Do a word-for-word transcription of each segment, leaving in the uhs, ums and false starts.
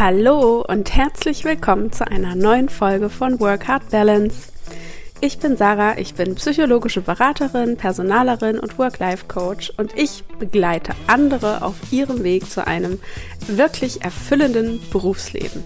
Hallo und herzlich willkommen zu einer neuen Folge von Work Hard Balance. Ich bin Sarah, ich bin psychologische Beraterin, Personalerin und Work-Life-Coach und ich begleite andere auf ihrem Weg zu einem wirklich erfüllenden Berufsleben.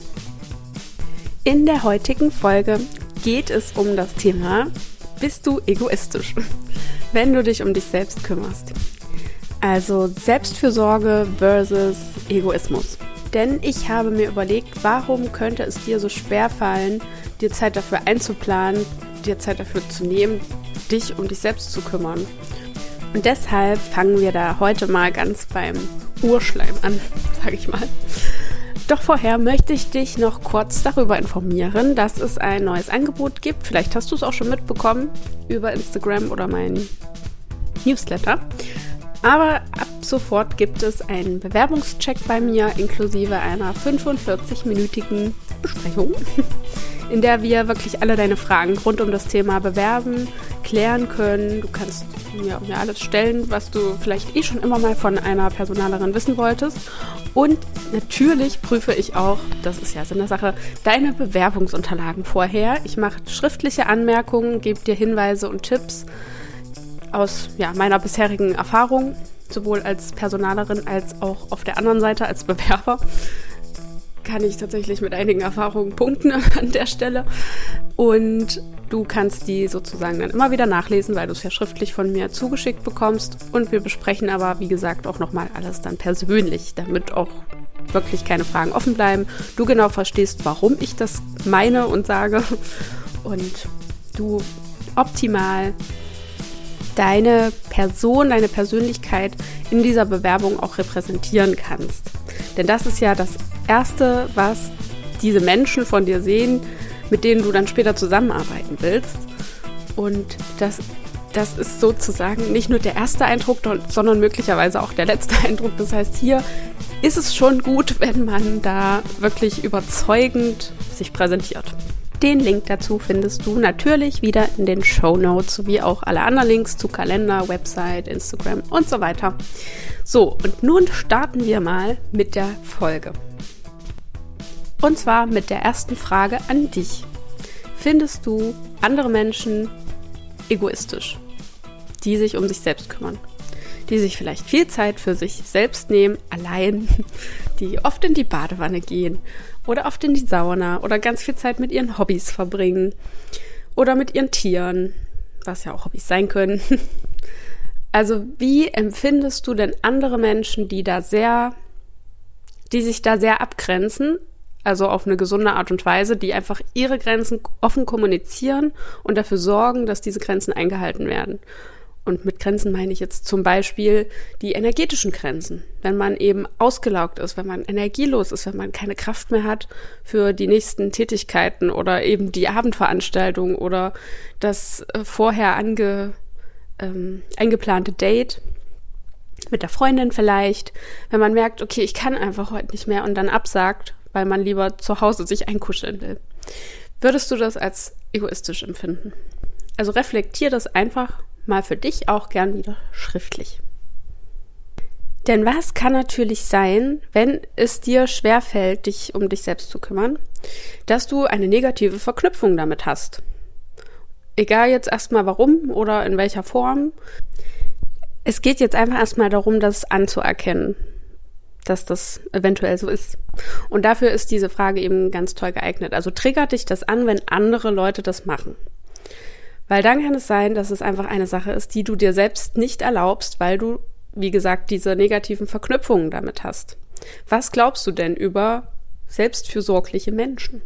In der heutigen Folge geht es um das Thema: Bist du egoistisch, wenn du dich um dich selbst kümmerst? Also Selbstfürsorge versus Egoismus. Denn ich habe mir überlegt, warum könnte es dir so schwer fallen, dir Zeit dafür einzuplanen, dir Zeit dafür zu nehmen, dich um dich selbst zu kümmern. Und deshalb fangen wir da heute mal ganz beim Urschleim an, sage ich mal. Doch vorher möchte ich dich noch kurz darüber informieren, dass es ein neues Angebot gibt. Vielleicht hast du es auch schon mitbekommen über Instagram oder meinen Newsletter. Aber ab sofort gibt es einen Bewerbungscheck bei mir inklusive einer fünfundvierzig-minütigen Besprechung, in der wir wirklich alle deine Fragen rund um das Thema Bewerben klären können. Du kannst mir, mir alles stellen, was du vielleicht eh schon immer mal von einer Personalerin wissen wolltest. Und natürlich prüfe ich auch, das ist ja Sinn der Sache, deine Bewerbungsunterlagen vorher. Ich mache schriftliche Anmerkungen, gebe dir Hinweise und Tipps aus ja, meiner bisherigen Erfahrung, sowohl als Personalerin als auch auf der anderen Seite als Bewerber. Kann ich tatsächlich mit einigen Erfahrungen punkten an der Stelle. Und du kannst die sozusagen dann immer wieder nachlesen, weil du es ja schriftlich von mir zugeschickt bekommst. Und wir besprechen aber, wie gesagt, auch nochmal alles dann persönlich, damit auch wirklich keine Fragen offen bleiben. Du genau verstehst, warum ich das meine und sage. Und du optimal deine Person, deine Persönlichkeit in dieser Bewerbung auch repräsentieren kannst. Denn das ist ja das Erste, was diese Menschen von dir sehen, mit denen du dann später zusammenarbeiten willst. Und das, das ist sozusagen nicht nur der erste Eindruck, sondern möglicherweise auch der letzte Eindruck. Das heißt, hier ist es schon gut, wenn man da wirklich überzeugend sich präsentiert. Den Link dazu findest du natürlich wieder in den Shownotes, sowie auch alle anderen Links zu Kalender, Website, Instagram und so weiter. So, und nun starten wir mal mit der Folge. Und zwar mit der ersten Frage an dich. Findest du andere Menschen egoistisch, die sich um sich selbst kümmern? Die sich vielleicht viel Zeit für sich selbst nehmen, allein, die oft in die Badewanne gehen oder oft in die Sauna oder ganz viel Zeit mit ihren Hobbys verbringen oder mit ihren Tieren, was ja auch Hobbys sein können. Also wie empfindest du denn andere Menschen, die da sehr, die sich da sehr abgrenzen, also auf eine gesunde Art und Weise, die einfach ihre Grenzen offen kommunizieren und dafür sorgen, dass diese Grenzen eingehalten werden? Und mit Grenzen meine ich jetzt zum Beispiel die energetischen Grenzen. Wenn man eben ausgelaugt ist, wenn man energielos ist, wenn man keine Kraft mehr hat für die nächsten Tätigkeiten oder eben die Abendveranstaltung oder das äh, vorher ange, ähm, eingeplante Date mit der Freundin vielleicht. Wenn man merkt, okay, ich kann einfach heute nicht mehr und dann absagt, weil man lieber zu Hause sich einkuscheln will. Würdest du das als egoistisch empfinden? Also reflektier das einfach mal für dich auch gern wieder schriftlich. Denn was kann natürlich sein, wenn es dir schwerfällt, dich um dich selbst zu kümmern, dass du eine negative Verknüpfung damit hast. Egal jetzt erstmal warum oder in welcher Form. Es geht jetzt einfach erstmal darum, das anzuerkennen, dass das eventuell so ist. Und dafür ist diese Frage eben ganz toll geeignet. Also triggert dich das an, wenn andere Leute das machen. Weil dann kann es sein, dass es einfach eine Sache ist, die du dir selbst nicht erlaubst, weil du, wie gesagt, diese negativen Verknüpfungen damit hast. Was glaubst du denn über selbstfürsorgliche Menschen?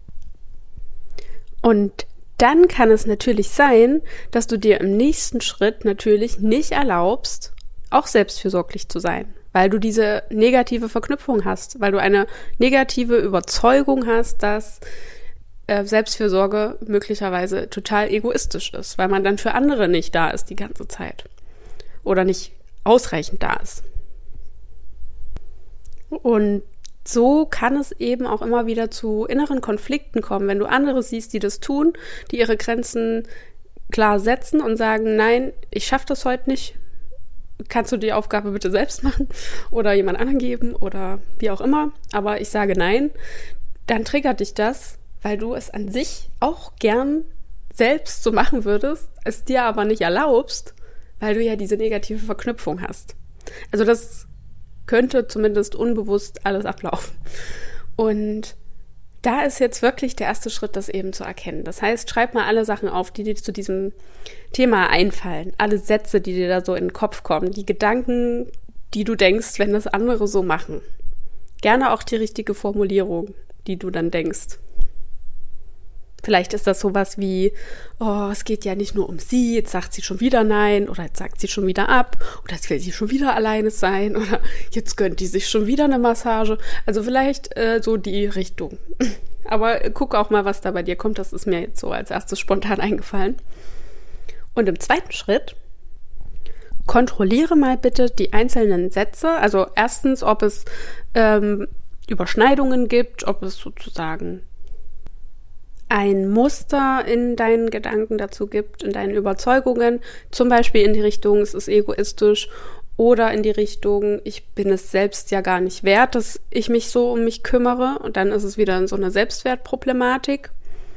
Und dann kann es natürlich sein, dass du dir im nächsten Schritt natürlich nicht erlaubst, auch selbstfürsorglich zu sein, weil du diese negative Verknüpfung hast, weil du eine negative Überzeugung hast, dass Selbstfürsorge möglicherweise total egoistisch ist, weil man dann für andere nicht da ist die ganze Zeit oder nicht ausreichend da ist. Und so kann es eben auch immer wieder zu inneren Konflikten kommen, wenn du andere siehst, die das tun, die ihre Grenzen klar setzen und sagen, nein, ich schaffe das heute nicht, kannst du die Aufgabe bitte selbst machen oder jemand anderen geben oder wie auch immer. Aber ich sage nein, dann triggert dich das, weil du es an sich auch gern selbst so machen würdest, es dir aber nicht erlaubst, weil du ja diese negative Verknüpfung hast. Also das könnte zumindest unbewusst alles ablaufen. Und da ist jetzt wirklich der erste Schritt, das eben zu erkennen. Das heißt, schreib mal alle Sachen auf, die dir zu diesem Thema einfallen. Alle Sätze, die dir da so in den Kopf kommen. Die Gedanken, die du denkst, wenn das andere so machen. Gerne auch die richtige Formulierung, die du dann denkst. Vielleicht ist das sowas wie, oh, es geht ja nicht nur um sie, jetzt sagt sie schon wieder nein oder jetzt sagt sie schon wieder ab oder jetzt will sie schon wieder alleine sein oder jetzt gönnt die sich schon wieder eine Massage. Also vielleicht äh, so die Richtung. Aber guck auch mal, was da bei dir kommt. Das ist mir jetzt so als erstes spontan eingefallen. Und im zweiten Schritt kontrolliere mal bitte die einzelnen Sätze. Also erstens, ob es ähm, Überschneidungen gibt, ob es sozusagen ein Muster in deinen Gedanken dazu gibt, in deinen Überzeugungen, zum Beispiel in die Richtung, es ist egoistisch oder in die Richtung, ich bin es selbst ja gar nicht wert, dass ich mich so um mich kümmere und dann ist es wieder so eine Selbstwertproblematik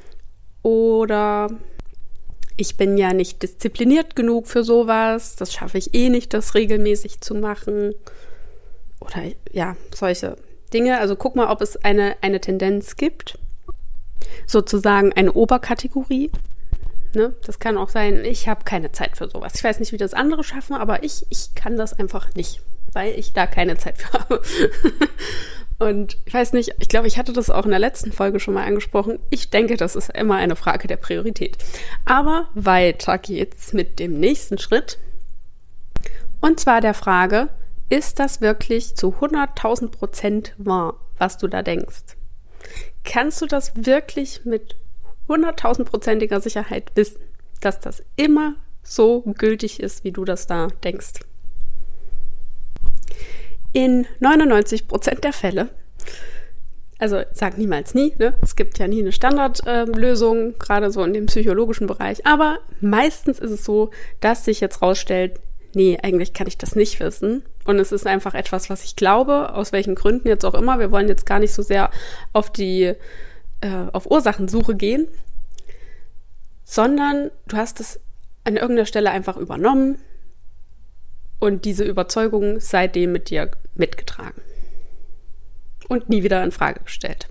oder ich bin ja nicht diszipliniert genug für sowas, das schaffe ich eh nicht, das regelmäßig zu machen oder ja, solche Dinge. Also guck mal, ob es eine, eine Tendenz gibt. Sozusagen eine Oberkategorie. Ne? Das kann auch sein, ich habe keine Zeit für sowas. Ich weiß nicht, wie das andere schaffen, aber ich, ich kann das einfach nicht, weil ich da keine Zeit für habe. Und ich weiß nicht, ich glaube, ich hatte das auch in der letzten Folge schon mal angesprochen. Ich denke, das ist immer eine Frage der Priorität. Aber weiter geht's mit dem nächsten Schritt. Und zwar der Frage, ist das wirklich zu hunderttausend Prozent wahr, was du da denkst? Kannst du das wirklich mit hunderttausendprozentiger Sicherheit wissen, dass das immer so gültig ist, wie du das da denkst? In neunundneunzig Prozent der Fälle, also sag niemals nie, ne? Es gibt ja nie eine Standardlösung, äh, gerade so in dem psychologischen Bereich, aber meistens ist es so, dass sich jetzt rausstellt, nee, eigentlich kann ich das nicht wissen. Und es ist einfach etwas, was ich glaube, aus welchen Gründen jetzt auch immer. Wir wollen jetzt gar nicht so sehr auf die, äh, auf Ursachensuche gehen, sondern du hast es an irgendeiner Stelle einfach übernommen und diese Überzeugung seitdem mit dir mitgetragen. Und nie wieder in Frage gestellt.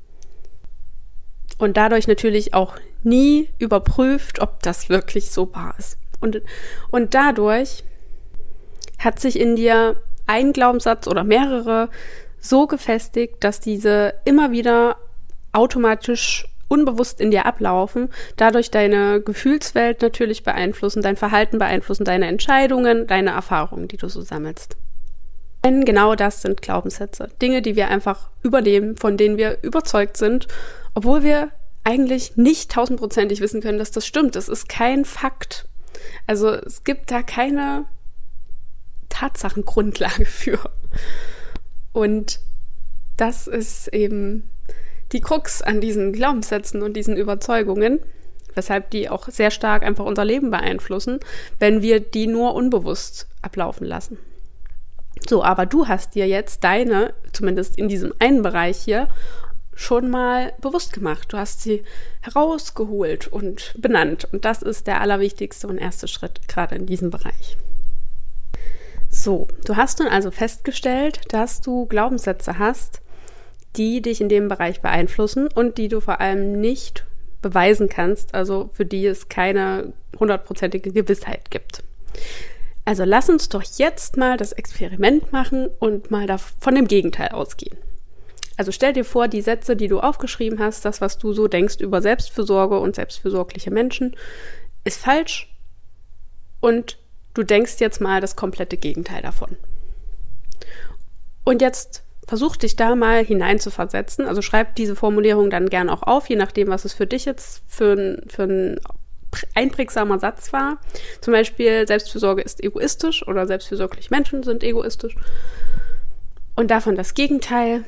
Und dadurch natürlich auch nie überprüft, ob das wirklich so wahr ist. Und, und dadurch hat sich in dir ein Glaubenssatz oder mehrere so gefestigt, dass diese immer wieder automatisch unbewusst in dir ablaufen, dadurch deine Gefühlswelt natürlich beeinflussen, dein Verhalten beeinflussen, deine Entscheidungen, deine Erfahrungen, die du so sammelst. Denn genau das sind Glaubenssätze. Dinge, die wir einfach übernehmen, von denen wir überzeugt sind, obwohl wir eigentlich nicht tausendprozentig wissen können, dass das stimmt. Das ist kein Fakt. Also es gibt da keine Tatsachengrundlage für. Und das ist eben die Krux an diesen Glaubenssätzen und diesen Überzeugungen, weshalb die auch sehr stark einfach unser Leben beeinflussen, wenn wir die nur unbewusst ablaufen lassen. So, aber du hast dir jetzt deine, zumindest in diesem einen Bereich hier, schon mal bewusst gemacht. Du hast sie herausgeholt und benannt. Und das ist der allerwichtigste und erste Schritt gerade in diesem Bereich. So, du hast nun also festgestellt, dass du Glaubenssätze hast, die dich in dem Bereich beeinflussen und die du vor allem nicht beweisen kannst, also für die es keine hundertprozentige Gewissheit gibt. Also lass uns doch jetzt mal das Experiment machen und mal von dem Gegenteil ausgehen. Also stell dir vor, die Sätze, die du aufgeschrieben hast, das, was du so denkst über Selbstfürsorge und selbstfürsorgliche Menschen, ist falsch und du denkst jetzt mal das komplette Gegenteil davon. Und jetzt versuch dich da mal hineinzuversetzen. Also schreib diese Formulierung dann gern auch auf, je nachdem, was es für dich jetzt für ein, für ein einprägsamer Satz war. Zum Beispiel, Selbstfürsorge ist egoistisch oder selbstfürsorgliche Menschen sind egoistisch. Und davon das Gegenteil.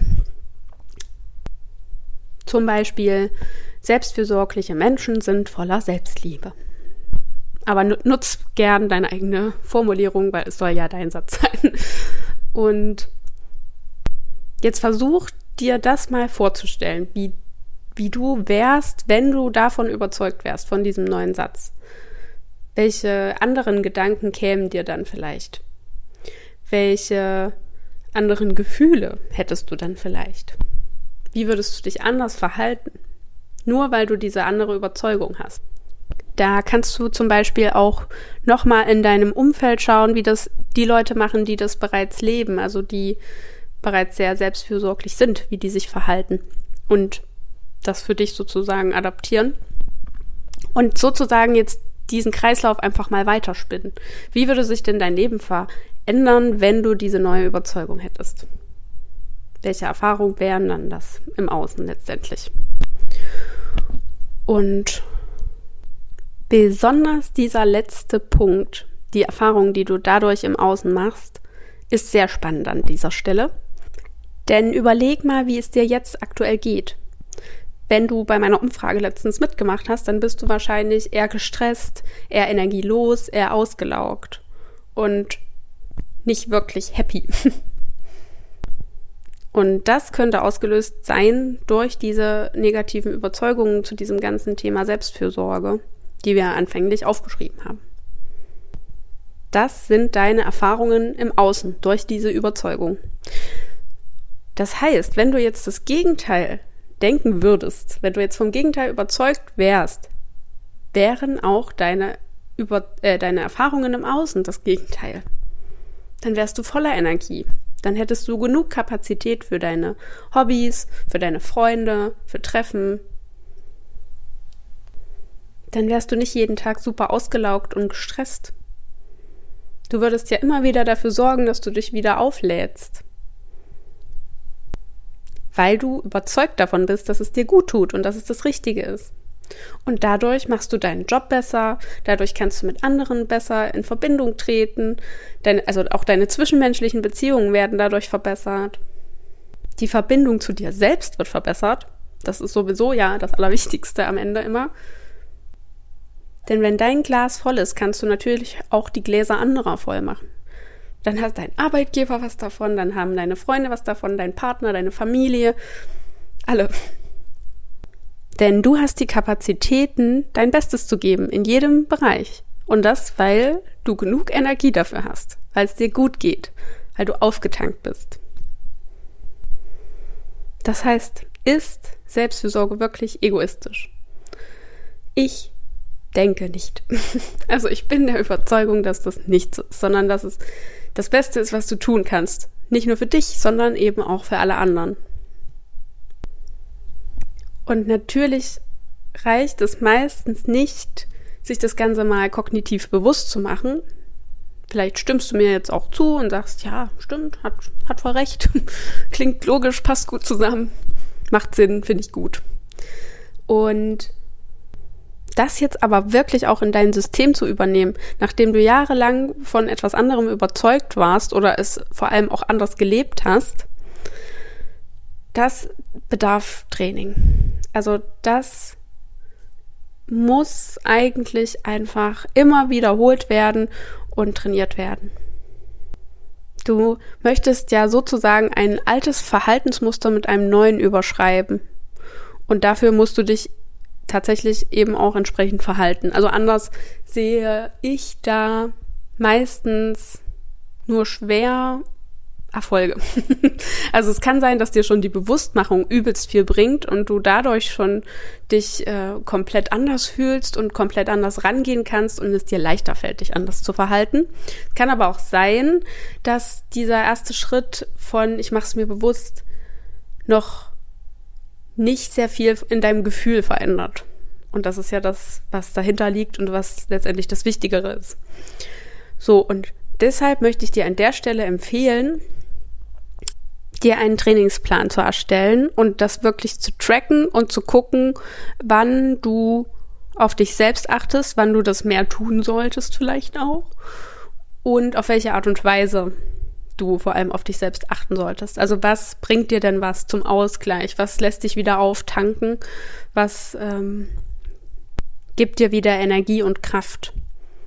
Zum Beispiel, selbstfürsorgliche Menschen sind voller Selbstliebe. Aber nutz gern deine eigene Formulierung, weil es soll ja dein Satz sein. Und jetzt versuch dir das mal vorzustellen, wie, wie du wärst, wenn du davon überzeugt wärst, von diesem neuen Satz. Welche anderen Gedanken kämen dir dann vielleicht? Welche anderen Gefühle hättest du dann vielleicht? Wie würdest du dich anders verhalten? Nur weil du diese andere Überzeugung hast. Da kannst du zum Beispiel auch nochmal in deinem Umfeld schauen, wie das die Leute machen, die das bereits leben, also die bereits sehr selbstfürsorglich sind, wie die sich verhalten und das für dich sozusagen adaptieren und sozusagen jetzt diesen Kreislauf einfach mal weiterspinnen. Wie würde sich denn dein Leben verändern, wenn du diese neue Überzeugung hättest? Welche Erfahrungen wären dann das im Außen letztendlich? Und besonders dieser letzte Punkt, die Erfahrung, die du dadurch im Außen machst, ist sehr spannend an dieser Stelle. Denn überleg mal, wie es dir jetzt aktuell geht. Wenn du bei meiner Umfrage letztens mitgemacht hast, dann bist du wahrscheinlich eher gestresst, eher energielos, eher ausgelaugt und nicht wirklich happy. Und das könnte ausgelöst sein durch diese negativen Überzeugungen zu diesem ganzen Thema Selbstfürsorge, die wir anfänglich aufgeschrieben haben. Das sind deine Erfahrungen im Außen durch diese Überzeugung. Das heißt, wenn du jetzt das Gegenteil denken würdest, wenn du jetzt vom Gegenteil überzeugt wärst, wären auch deine, über, äh, deine Erfahrungen im Außen das Gegenteil. Dann wärst du voller Energie. Dann hättest du genug Kapazität für deine Hobbys, für deine Freunde, für Treffen. Dann wärst du nicht jeden Tag super ausgelaugt und gestresst. Du würdest ja immer wieder dafür sorgen, dass du dich wieder auflädst. Weil du überzeugt davon bist, dass es dir gut tut und dass es das Richtige ist. Und dadurch machst du deinen Job besser, dadurch kannst du mit anderen besser in Verbindung treten, deine, also auch deine zwischenmenschlichen Beziehungen werden dadurch verbessert. Die Verbindung zu dir selbst wird verbessert. Das ist sowieso ja das Allerwichtigste am Ende immer. Denn wenn dein Glas voll ist, kannst du natürlich auch die Gläser anderer voll machen. Dann hat dein Arbeitgeber was davon, dann haben deine Freunde was davon, dein Partner, deine Familie, alle. Denn du hast die Kapazitäten, dein Bestes zu geben in jedem Bereich. Und das, weil du genug Energie dafür hast, weil es dir gut geht, weil du aufgetankt bist. Das heißt, ist Selbstfürsorge wirklich egoistisch? Ich denke nicht. Also ich bin der Überzeugung, dass das nicht so ist, sondern dass es das Beste ist, was du tun kannst. Nicht nur für dich, sondern eben auch für alle anderen. Und natürlich reicht es meistens nicht, sich das Ganze mal kognitiv bewusst zu machen. Vielleicht stimmst du mir jetzt auch zu und sagst, ja, stimmt, hat, hat voll recht. Klingt logisch, passt gut zusammen, macht Sinn, finde ich gut. Und das jetzt aber wirklich auch in dein System zu übernehmen, nachdem du jahrelang von etwas anderem überzeugt warst oder es vor allem auch anders gelebt hast, das bedarf Training. Also das muss eigentlich einfach immer wiederholt werden und trainiert werden. Du möchtest ja sozusagen ein altes Verhaltensmuster mit einem neuen überschreiben. Und dafür musst du dich tatsächlich eben auch entsprechend verhalten. Also anders sehe ich da meistens nur schwer Erfolge. Also es kann sein, dass dir schon die Bewusstmachung übelst viel bringt und du dadurch schon dich äh, komplett anders fühlst und komplett anders rangehen kannst und es dir leichter fällt, dich anders zu verhalten. Es kann aber auch sein, dass dieser erste Schritt von ich mache es mir bewusst noch nicht sehr viel in deinem Gefühl verändert. Und das ist ja das, was dahinter liegt und was letztendlich das Wichtigere ist. So, und deshalb möchte ich dir an der Stelle empfehlen, dir einen Trainingsplan zu erstellen und das wirklich zu tracken und zu gucken, wann du auf dich selbst achtest, wann du das mehr tun solltest vielleicht auch und auf welche Art und Weise du vor allem auf dich selbst achten solltest. Also was bringt dir denn was zum Ausgleich? Was lässt dich wieder auftanken? Was ähm, gibt dir wieder Energie und Kraft?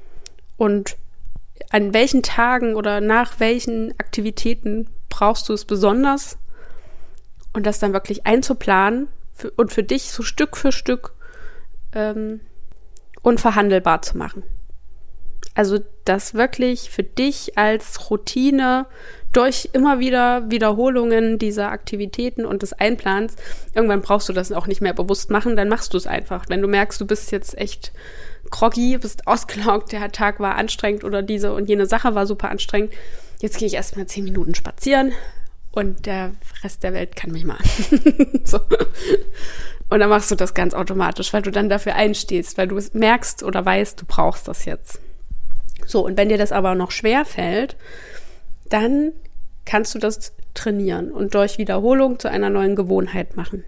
und an welchen Tagen oder nach welchen Aktivitäten brauchst du es besonders und das dann wirklich einzuplanen für, und für dich so Stück für Stück ähm, unverhandelbar zu machen. Also das wirklich für dich als Routine durch immer wieder Wiederholungen dieser Aktivitäten und des Einplans, irgendwann brauchst du das auch nicht mehr bewusst machen, dann machst du es einfach. Wenn du merkst, du bist jetzt echt groggy, bist ausgelaugt, der Tag war anstrengend oder diese und jene Sache war super anstrengend, jetzt gehe ich erstmal zehn Minuten spazieren und der Rest der Welt kann mich mal. So. Und dann machst du das ganz automatisch, weil du dann dafür einstehst, weil du es merkst oder weißt, du brauchst das jetzt. So, und wenn dir das aber noch schwer fällt, dann kannst du das trainieren und durch Wiederholung zu einer neuen Gewohnheit machen.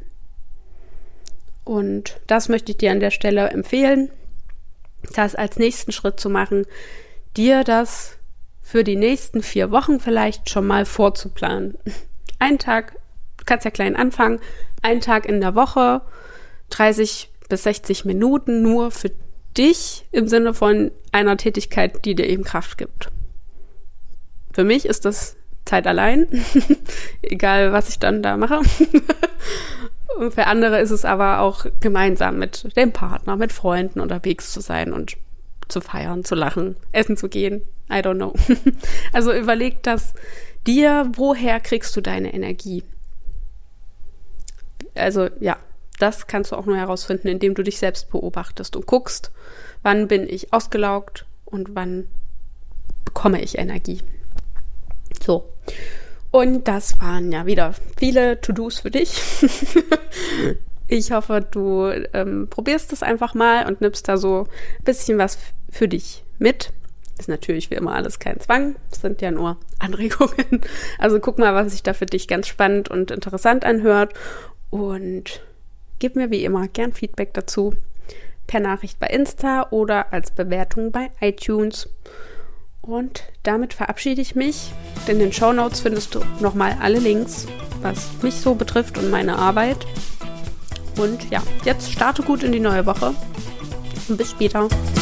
Und das möchte ich dir an der Stelle empfehlen, das als nächsten Schritt zu machen, dir das für die nächsten vier Wochen vielleicht schon mal vorzuplanen. Einen Tag, du kannst ja klein anfangen, einen Tag in der Woche, dreißig bis sechzig Minuten nur für dich im Sinne von einer Tätigkeit, die dir eben Kraft gibt. Für mich ist das Zeit allein, egal was ich dann da mache. Und für andere ist es aber auch gemeinsam mit dem Partner, mit Freunden unterwegs zu sein und zu feiern, zu lachen, essen zu gehen. I don't know. Also überleg das dir, woher kriegst du deine Energie? Also ja, das kannst du auch nur herausfinden, indem du dich selbst beobachtest und guckst, wann bin ich ausgelaugt und wann bekomme ich Energie. So. Und das waren ja wieder viele To-Dos für dich. Ich hoffe, du ähm, probierst es einfach mal und nimmst da so ein bisschen was für dich mit. Ist natürlich wie immer alles kein Zwang, es sind ja nur Anregungen. Also guck mal, was sich da für dich ganz spannend und interessant anhört und gib mir wie immer gern Feedback dazu per Nachricht bei Insta oder als Bewertung bei iTunes. Und damit verabschiede ich mich. In den Shownotes findest du nochmal alle Links, was mich so betrifft und meine Arbeit. Und ja, jetzt starte gut in die neue Woche und bis später.